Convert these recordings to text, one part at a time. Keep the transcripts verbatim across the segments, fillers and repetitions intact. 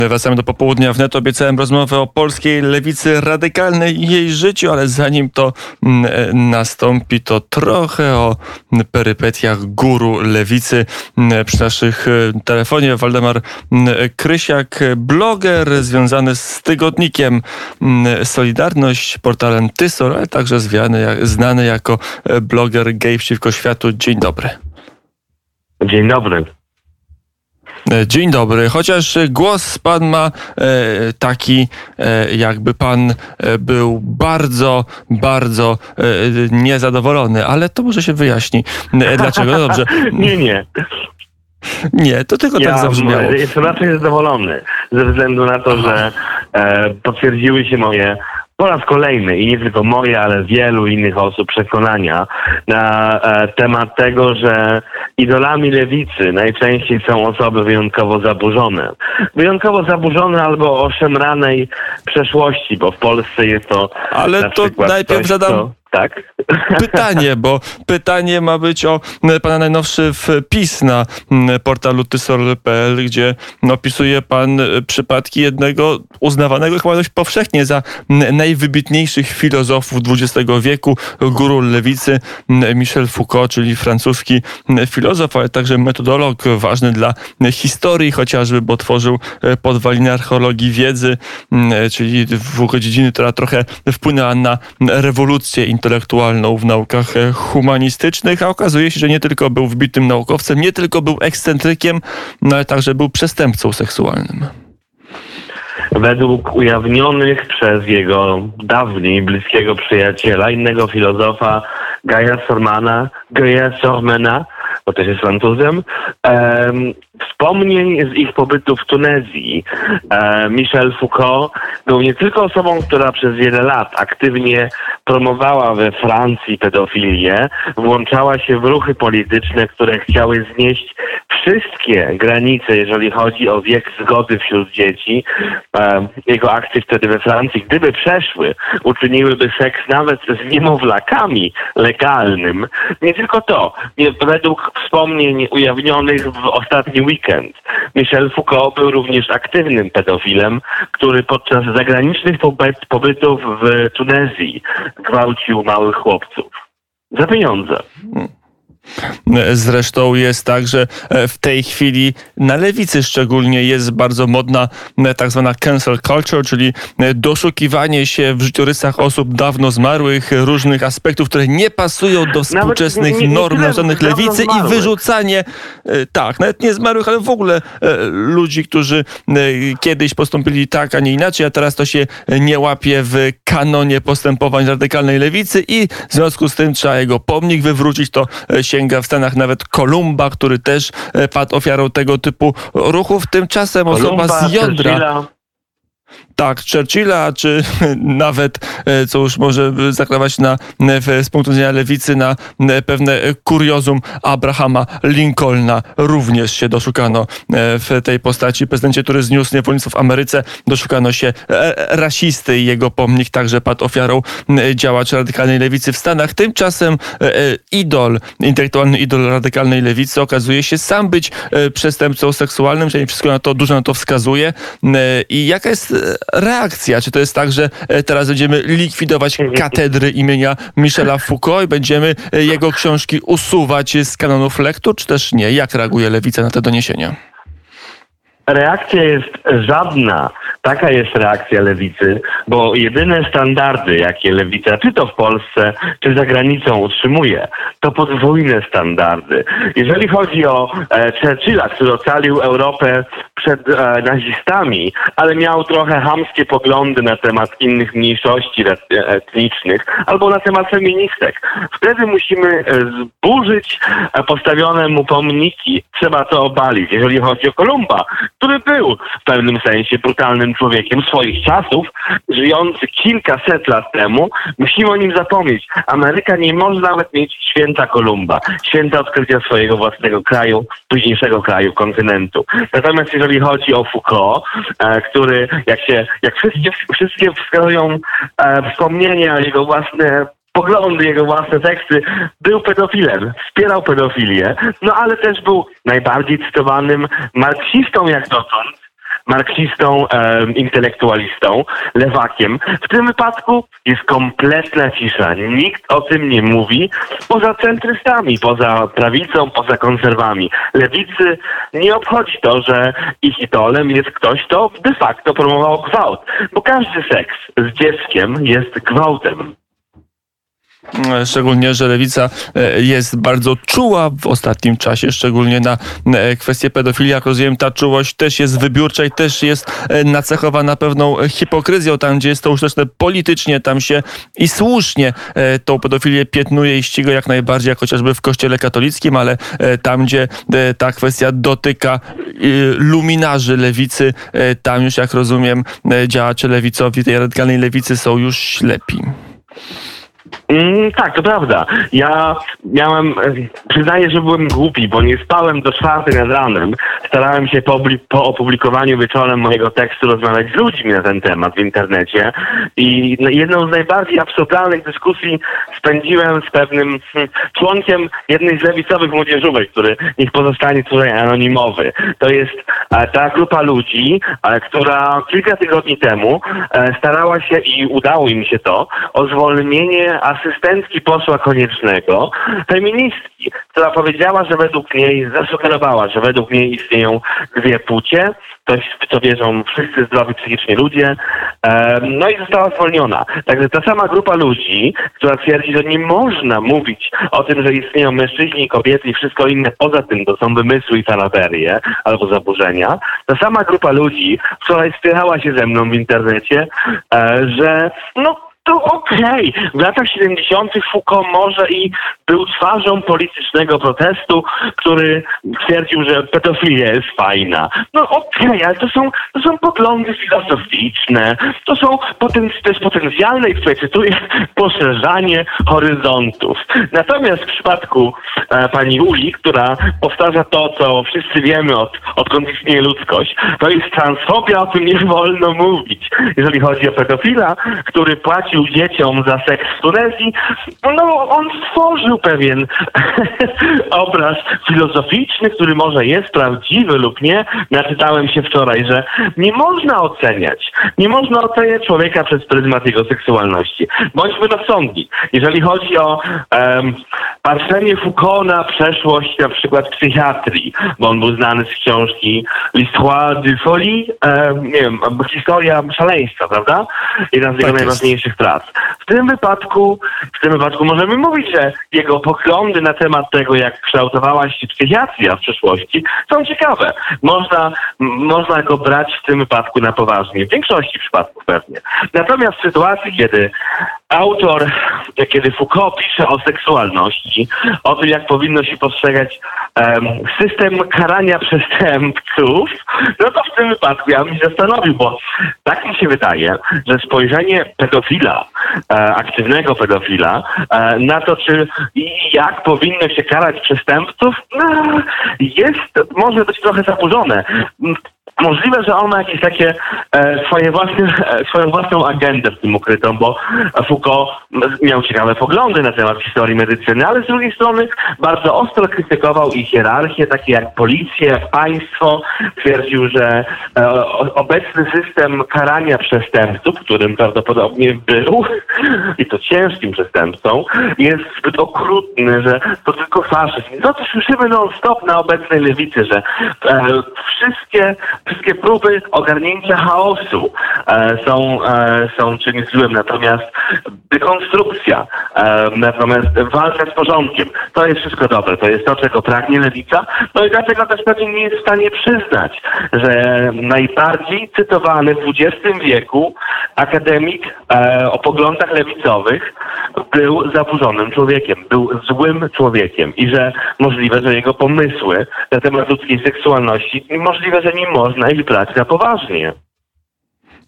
Wracamy do popołudnia. Wnet obiecałem rozmowę o polskiej lewicy radykalnej i jej życiu, ale zanim to nastąpi, to trochę o perypetiach guru lewicy. Przy naszych telefonie Waldemar Krysiak, bloger związany z tygodnikiem Solidarność, portalem Tysor, ale także znany, znany jako bloger Gej Przeciwko Światu. Dzień dobry. Dzień dobry. Dzień dobry. Chociaż głos pan ma e, taki, e, jakby pan e, był bardzo, bardzo e, niezadowolony, ale to może się wyjaśni. E, dlaczego? Dobrze. nie, nie. Nie, to tylko ja tak zabrzmiało. Jestem raczej zadowolony ze względu na to, że e, potwierdziły się moje po raz kolejny i nie tylko moje, ale wielu innych osób przekonania na e, temat tego, że idolami lewicy najczęściej są osoby wyjątkowo zaburzone. Wyjątkowo zaburzone albo o szemranej przeszłości, bo w Polsce jest to Ale na to przykład najpierw coś, zadam... co... Tak. Pytanie, bo pytanie ma być o pana najnowszy wpis na portalu tysor kropka p l, gdzie opisuje pan przypadki jednego uznawanego chyba dość powszechnie za najwybitniejszych filozofów dwudziestego wieku, guru lewicy, Michel Foucault, czyli francuski filozof, ale także metodolog ważny dla historii chociażby, bo tworzył podwaliny archeologii wiedzy, czyli w dziedziny, która trochę wpłynęła na rewolucję intelektualną w naukach humanistycznych, a okazuje się, że nie tylko był wybitnym naukowcem, nie tylko był ekscentrykiem, no ale także był przestępcą seksualnym. Według ujawnionych przez jego dawniej bliskiego przyjaciela, innego filozofa, Gaja Sormana, Gaja Sormana, bo też jest Francuzem, um, wspomnień z ich pobytu w Tunezji. E, Michel Foucault był nie tylko osobą, która przez wiele lat aktywnie promowała we Francji pedofilię, włączała się w ruchy polityczne, które chciały znieść wszystkie granice, jeżeli chodzi o wiek zgody wśród dzieci. E, jego akcje wtedy we Francji, gdyby przeszły, uczyniłyby seks nawet z niemowlakami legalnym. Nie tylko to. Nie, według wspomnień ujawnionych w ostatni weekend, Michel Foucault był również aktywnym pedofilem, który podczas zagranicznych pobyt, pobytów w Tunezji gwałcił małych chłopców. Za pieniądze. Zresztą jest tak, że w tej chwili na lewicy szczególnie jest bardzo modna tak zwana cancel culture, czyli doszukiwanie się w życiorysach osób dawno zmarłych różnych aspektów, które nie pasują do współczesnych nie, nie, nie norm narzuconych lewicy i wyrzucanie, tak, nawet nie zmarłych, ale w ogóle ludzi, którzy kiedyś postąpili tak, a nie inaczej, a teraz to się nie łapie w kanonie postępowań radykalnej lewicy i w związku z tym trzeba jego pomnik wywrócić. To sięga w Stanach nawet Kolumba, który też padł ofiarą tego typu ruchów. Tymczasem osoba z jądra... Churchilla. Tak, Churchilla, czy nawet, co już może zakrawać na, z punktu widzenia lewicy, na pewne kuriozum Abrahama Lincolna. Również się doszukano w tej postaci. Prezydencie, który zniósł niewolnictwo w Ameryce, doszukano się rasisty i jego pomnik także padł ofiarą działaczy radykalnej lewicy w Stanach. Tymczasem idol, intelektualny idol radykalnej lewicy okazuje się sam być przestępcą seksualnym, czyli wszystko na to, dużo na to wskazuje. I jaka jest reakcja? Czy to jest tak, że teraz będziemy likwidować katedry imienia Michela Foucault i będziemy jego książki usuwać z kanonów lektur, czy też nie? Jak reaguje lewica na te doniesienia? Reakcja jest żadna. Taka jest reakcja lewicy, bo jedyne standardy, jakie lewica, czy to w Polsce, czy za granicą utrzymuje, to podwójne standardy. Jeżeli chodzi o e, Churchilla, który ocalił Europę przed e, nazistami, ale miał trochę chamskie poglądy na temat innych mniejszości etnicznych albo na temat feministek, wtedy musimy zburzyć postawione mu pomniki. Trzeba to obalić. Jeżeli chodzi o Kolumba, który był w pewnym sensie brutalnym człowiekiem swoich czasów, żyjący kilkaset lat temu, musimy o nim zapomnieć. Ameryka nie może nawet mieć święta Kolumba, święta odkrycia swojego własnego kraju, późniejszego kraju, kontynentu. Natomiast jeżeli chodzi o Foucault, e, który, jak się, jak wszystkie, wszystkie wskazują e, wspomnienia, jego własne poglądy, jego własne teksty, był pedofilem, wspierał pedofilię, no ale też był najbardziej cytowanym marksistą jak dotąd, marksistą, e, intelektualistą, lewakiem. W tym wypadku jest kompletna cisza. Nikt o tym nie mówi, poza centrystami, poza prawicą, poza konserwami. Lewicy nie obchodzi to, że ich idolem jest ktoś, kto de facto promował gwałt. Bo każdy seks z dzieckiem jest gwałtem. Szczególnie, że lewica jest bardzo czuła w ostatnim czasie, szczególnie na kwestię pedofilii. Jak rozumiem, ta czułość też jest wybiórcza i też jest nacechowana pewną hipokryzją. Tam, gdzie jest to użyteczne politycznie, tam się i słusznie tą pedofilię piętnuje i ściga jak najbardziej, jak chociażby w Kościele katolickim, ale tam, gdzie ta kwestia dotyka luminarzy lewicy, tam już, jak rozumiem, działacze lewicowi, tej radykalnej lewicy są już ślepi. Mm, tak, to prawda. Ja miałem, przyznaję, że byłem głupi, bo nie spałem do czwartej nad ranem. Starałem się po, po opublikowaniu wieczorem mojego tekstu rozmawiać z ludźmi na ten temat w internecie i jedną z najbardziej absurdalnych dyskusji spędziłem z pewnym hmm, członkiem jednej z lewicowych młodzieżówek, który niech pozostanie tutaj anonimowy. To jest e, ta grupa ludzi, e, która kilka tygodni temu e, starała się i udało im się to, o zwolnienie asystentki posła Koniecznego, feministki, która powiedziała, że według niej, zasugerowała, że według niej istnieją dwie płcie, coś, w co wierzą wszyscy zdrowi psychicznie ludzie, no i została zwolniona. Także ta sama grupa ludzi, która twierdzi, że nie można mówić o tym, że istnieją mężczyźni i kobiety i wszystko inne poza tym, to są wymysły i fanaberie albo zaburzenia, ta sama grupa ludzi wczoraj spierała się ze mną w internecie, że no to okej. Okay. W latach siedemdziesiątych Foucault może i był twarzą politycznego protestu, który twierdził, że pedofilia jest fajna. No okej, okay, ale to są, to są poglądy filozoficzne, to są poten, to jest potencjalne, i tutaj cytuję, poszerzanie horyzontów. Natomiast w przypadku e, pani Uli, która powtarza to, co wszyscy wiemy od, odkąd istnieje ludzkość, to jest transfobia, o tym nie wolno mówić. Jeżeli chodzi o pedofila, który płaci dzieciom za seks w Tunezji, no on stworzył pewien obraz filozoficzny, który może jest prawdziwy lub nie. Naczytałem się wczoraj, że nie można oceniać, nie można oceniać człowieka przez pryzmat jego seksualności. Bądźmy rozsądni. Jeżeli chodzi o um, patrzenie Foucault na przeszłość na przykład psychiatrii, bo on był znany z książki L'Histoire de Folie, um, nie wiem, historia szaleństwa, prawda? Jedna z jego tak najważniejszych prac. W tym wypadku, w tym wypadku możemy mówić, że jego poglądy na temat tego, jak kształtowała się psychiatria w przeszłości, są ciekawe. Można, można go brać w tym wypadku na poważnie. W większości przypadków pewnie. Natomiast w sytuacji, kiedy autor, kiedy Foucault pisze o seksualności, o tym, jak powinno się postrzegać um, system karania przestępców, no to w tym wypadku ja bym się zastanowił, bo tak mi się wydaje, że spojrzenie pedofila, e, aktywnego pedofila, e, na to, czy i jak powinno się karać przestępców, no, jest, może być trochę zaburzone. Możliwe, że on ma jakieś takie e, swoje własne, e, swoją własną agendę w tym ukrytą, bo Foucault miał ciekawe poglądy na temat historii medycyny, ale z drugiej strony bardzo ostro krytykował i hierarchię, takie jak policję, jak państwo. Twierdził, że e, obecny system karania przestępców, którym prawdopodobnie był, i to ciężkim przestępcą, jest zbyt okrutny, że to tylko faszyzm. No to słyszymy non-stop na obecnej lewicy, że e, wszystkie Wszystkie próby ogarnięcia chaosu e, są, e, są czymś złym, natomiast dekonstrukcja, e, natomiast walka z porządkiem, to jest wszystko dobre, to jest to, czego pragnie lewica, no i dlatego też pewnie nie jest w stanie przyznać, że najbardziej cytowany w dwudziestym wieku akademik e, o poglądach lewicowych był zaburzonym człowiekiem, był złym człowiekiem i że możliwe, że jego pomysły na temat ludzkiej seksualności, możliwe, że nie można ich brać na poważnie.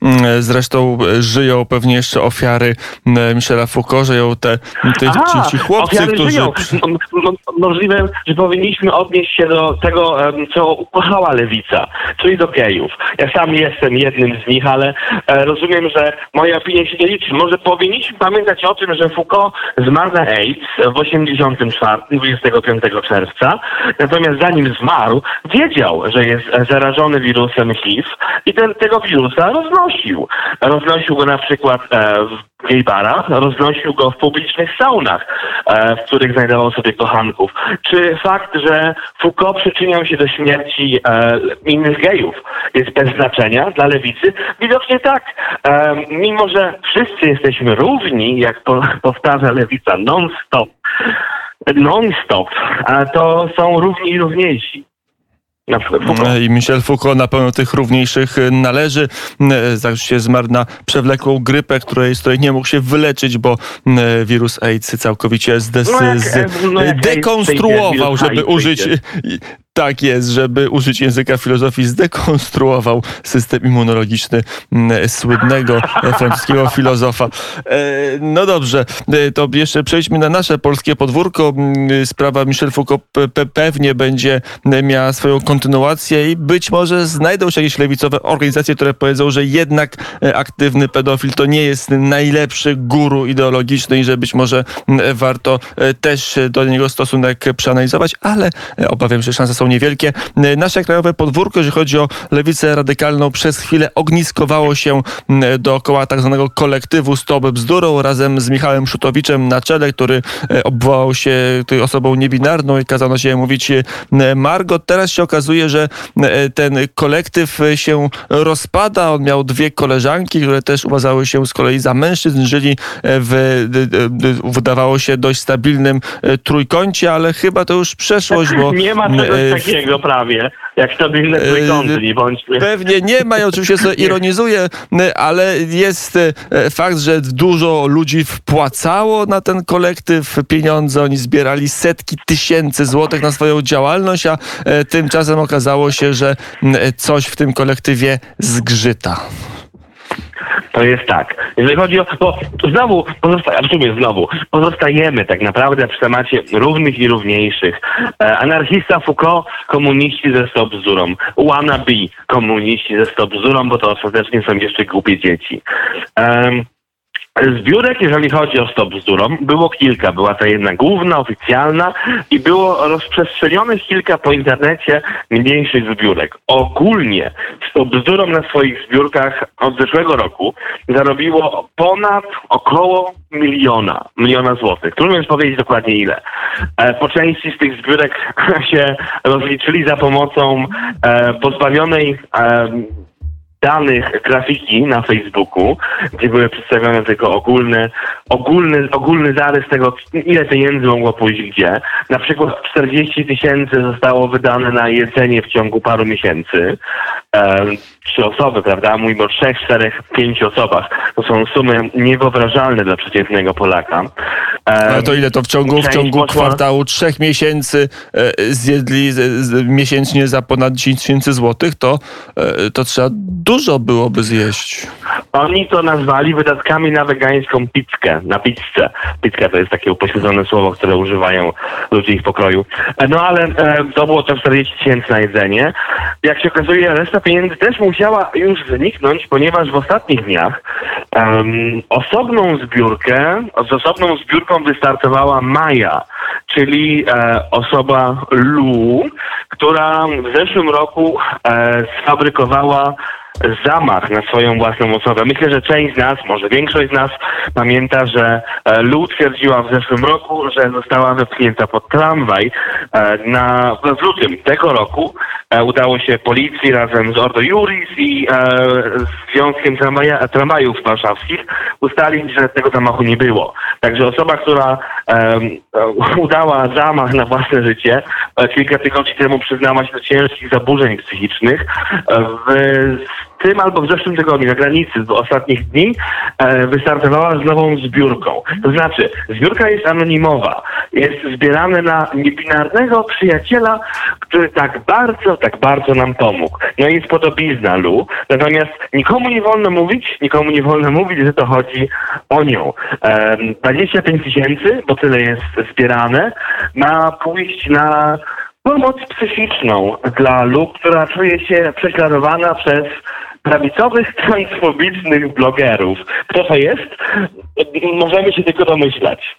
Zresztą żyją pewnie jeszcze ofiary Michela Foucault, żyją te, te Aha, ci, ci chłopcy, którzy... Żyją. Mo- możliwe, że powinniśmy odnieść się do tego, co ukochała lewica, czyli do gejów. Ja sam jestem jednym z nich, ale e, rozumiem, że moja opinia się nie liczy. Może powinniśmy pamiętać o tym, że Foucault zmarł na AIDS w osiemdziesiątym czwartym, dwudziestego piątego czerwca. Natomiast zanim zmarł, wiedział, że jest zarażony wirusem H I V i ten, tego wirusa roznosił. Roznosił go na przykład e, w gay barach, roznosił go w publicznych saunach, e, w których znajdował sobie kochanków. Czy fakt, że Foucault przyczyniał się do śmierci e, innych gejów jest bez znaczenia dla lewicy? Widocznie tak. E, mimo, że wszyscy jesteśmy równi, jak po, powtarza lewica non-stop, non-stop, a to są równi i równiejsi. I Michel Foucault na pewno tych równiejszych należy. Także się zmarł na przewlekłą grypę, której, z której nie mógł się wyleczyć, bo wirus AIDS całkowicie zdes, no jak, dekonstruował, żeby użyć... Tak jest, żeby użyć języka filozofii, zdekonstruował system immunologiczny słynnego francuskiego filozofa. No dobrze, to jeszcze przejdźmy na nasze polskie podwórko. Sprawa Michel Foucault pe- pewnie będzie miała swoją kontynuację i być może znajdą się jakieś lewicowe organizacje, które powiedzą, że jednak aktywny pedofil to nie jest najlepszy guru ideologiczny i że być może warto też do niego stosunek przeanalizować, ale obawiam się, że szanse są niewielkie. Nasze krajowe podwórko, jeżeli chodzi o lewicę radykalną, przez chwilę ogniskowało się dookoła tak zwanego kolektywu Stop Bzdurą razem z Michałem Szutowiczem na czele, który obwołał się osobą niebinarną i kazano się mówić Margot. Teraz się okazuje, że ten kolektyw się rozpada. On miał dwie koleżanki, które też uważały się z kolei za mężczyzn, żyli w, wydawało się, dość stabilnym trójkącie, ale chyba to już przeszłość, bo... Nie ma czegoś takiego prawie, jak stabilne trójkąty, nie bądźmy. Pewnie nie ma i oczywiście sobie ironizuję, ale jest fakt, że dużo ludzi wpłacało na ten kolektyw pieniądze, oni zbierali setki tysięcy złotych na swoją działalność, a tymczasem okazało się, że coś w tym kolektywie zgrzyta. To jest tak. Jeżeli chodzi o... Bo znowu, pozosta- w sumie znowu, pozostajemy tak naprawdę przy temacie równych i równiejszych. E, anarchista Foucault, komuniści ze Stop Bzdurą. Wannabe komuniści ze Stop Bzdurą, bo to ostatecznie są jeszcze głupie dzieci. E, Zbiórek, jeżeli chodzi o Stop Bzdurą, było kilka. Była ta jedna główna, oficjalna i było rozprzestrzenionych kilka po internecie mniejszych zbiórek. Ogólnie Stop Bzdurą na swoich zbiórkach od zeszłego roku zarobiło ponad około miliona, miliona złotych. Trudno jest powiedzieć dokładnie ile. Po części z tych zbiórek się rozliczyli za pomocą pozbawionej danych grafiki na Facebooku, gdzie były przedstawione tylko ogólne, ogólny, ogólny zarys tego, ile pieniędzy mogło pójść gdzie. Na przykład czterdzieści tysięcy zostało wydane na jedzenie w ciągu paru miesięcy. E, trzy osoby, prawda? Mówimy o trzech, czterech, pięciu osobach. To są sumy niewyobrażalne dla przeciętnego Polaka. E, Ale to ile to w ciągu, w ciągu poszła... kwartału trzech miesięcy e, zjedli z, z, miesięcznie za ponad dziesięć tysięcy złotych, to, e, to trzeba dużo byłoby zjeść. Oni to nazwali wydatkami na wegańską pizzkę, na pizzę. Pizzka to jest takie upośledzone słowo, które używają ludzie ich pokroju. No ale e, to było to czterdzieści tysięcy na jedzenie. Jak się okazuje, reszta pieniędzy też musiała już zniknąć, ponieważ w ostatnich dniach um, osobną zbiórkę, z osobną zbiórką wystartowała Maja, czyli e, osoba Lu, która w zeszłym roku e, sfabrykowała zamach na swoją własną osobę. Myślę, że część z nas, może większość z nas pamięta, że Lu twierdziła w zeszłym roku, że została wepchnięta pod tramwaj. Na, w lutym tego roku udało się policji razem z Ordo Iuris i e, Związkiem Tramwaja, Tramwajów Warszawskich ustalić, że tego zamachu nie było. Także osoba, która e, udała zamach na własne życie, e, kilka tygodni temu przyznała się do ciężkich zaburzeń psychicznych. W tym albo w zeszłym tygodniu na granicy, w ostatnich dni, e, wystartowała z nową zbiórką. To znaczy, zbiórka jest anonimowa. Jest zbierane na niebinarnego przyjaciela, który tak bardzo, tak bardzo nam pomógł. No i jest podobizna Lu. Natomiast nikomu nie wolno mówić, nikomu nie wolno mówić, że to chodzi o nią. E, dwadzieścia pięć tysięcy, bo tyle jest zbierane, ma pójść na pomoc psychiczną dla Lu, która czuje się prześladowana przez prawicowych, transfobicznych blogerów. Kto to jest? Możemy się tylko domyślać.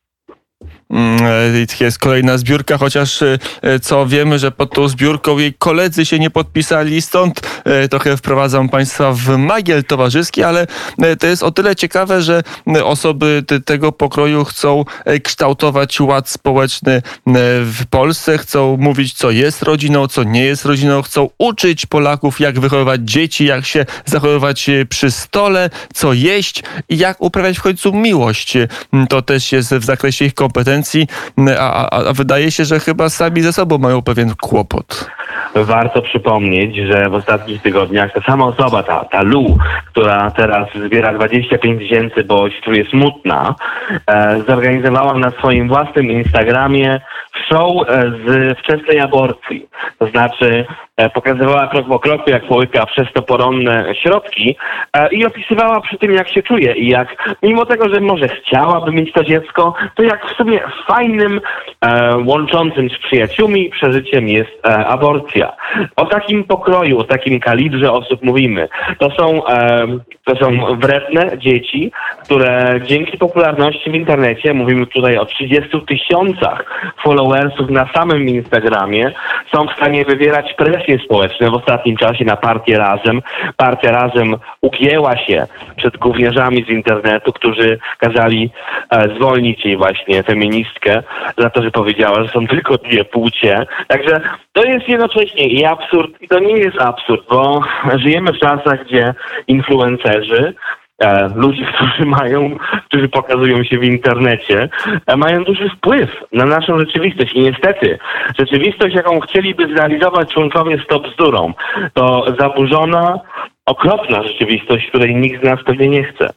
Jest kolejna zbiórka, chociaż co wiemy, że pod tą zbiórką jej koledzy się nie podpisali, stąd trochę wprowadzam Państwa w magiel towarzyski, ale to jest o tyle ciekawe, że osoby tego pokroju chcą kształtować ład społeczny w Polsce, chcą mówić, co jest rodziną, co nie jest rodziną, chcą uczyć Polaków, jak wychowywać dzieci, jak się zachowywać przy stole, co jeść i jak uprawiać w końcu miłość. To też jest w zakresie ich kompetencji. A, a, a wydaje się, że chyba sami ze sobą mają pewien kłopot. Warto przypomnieć, że w ostatnich tygodniach ta sama osoba, ta, ta Lu, która teraz zbiera dwadzieścia pięć tysięcy, bo się czuje smutna, e, zorganizowała na swoim własnym Instagramie show z wczesnej aborcji. To znaczy e, pokazywała krok po kroku, jak połyka przez to poronne środki e, i opisywała przy tym, jak się czuje i jak, mimo tego, że może chciałaby mieć to dziecko, to jak w sumie fajnym, e, łączącym z przyjaciółmi przeżyciem jest e, aborcja. O takim pokroju, o takim kalibrze osób mówimy. To są, e, to są wredne dzieci, które dzięki popularności w internecie, mówimy tutaj o trzydziestu tysiącach followersów na samym Instagramie, są w stanie wywierać presje społeczne w ostatnim czasie na partię Razem. Partia Razem ugięła się przed gówniarzami z internetu, którzy kazali e, zwolnić jej właśnie feministkę za to, że powiedziała, że są tylko dwie płcie. Także to jest jednocześnie i absurd, i to nie jest absurd, bo żyjemy w czasach, gdzie influencerzy, e, ludzie, którzy mają, którzy pokazują się w internecie, e, mają duży wpływ na naszą rzeczywistość. I niestety, rzeczywistość, jaką chcieliby zrealizować członkowie Stop Bzdurą, to zaburzona, okropna rzeczywistość, której nikt z nas pewnie nie chce.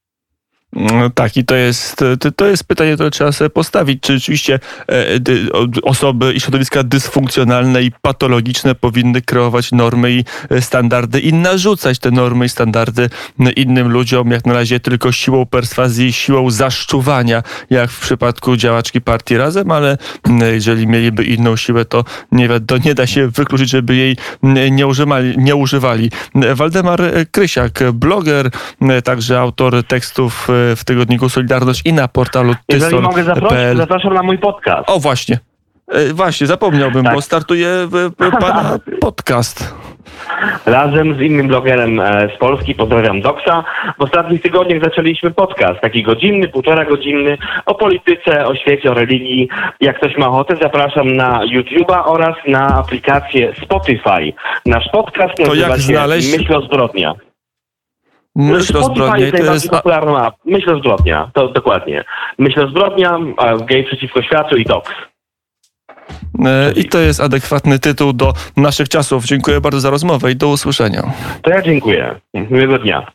No tak, i to jest, to jest pytanie, które trzeba sobie postawić. Czy rzeczywiście osoby i środowiska dysfunkcjonalne i patologiczne powinny kreować normy i standardy i narzucać te normy i standardy innym ludziom, jak na razie tylko siłą perswazji, siłą zaszczuwania, jak w przypadku działaczki partii Razem, ale jeżeli mieliby inną siłę, to nie, to nie da się wykluczyć, żeby jej nie używali. Nie używali. Waldemar Krysiak, bloger, także autor tekstów w tygodniku Solidarność i na portalu Jeżeli tysol mogę zaprosić, kropka p l. zapraszam na mój podcast. O właśnie, właśnie zapomniałbym, tak. Bo startuje pana podcast. Razem z innym blogerem z Polski, pozdrawiam Doksa. W ostatnich tygodniach zaczęliśmy podcast, taki godzinny, półtora godzinny, o polityce, o świecie, o religii. Jak ktoś ma ochotę, zapraszam na YouTube'a oraz na aplikację Spotify. Nasz podcast nazywa się znaleźć... Myśl o zbrodnia. Myśl o zbrodnia. Jest to jest popularna. Myśl o zbrodnia, to dokładnie. Myśl o zbrodnia, gej przeciwko światu i Doks. I to jest adekwatny tytuł do naszych czasów. Dziękuję bardzo za rozmowę i do usłyszenia. To ja dziękuję. Miłego dnia.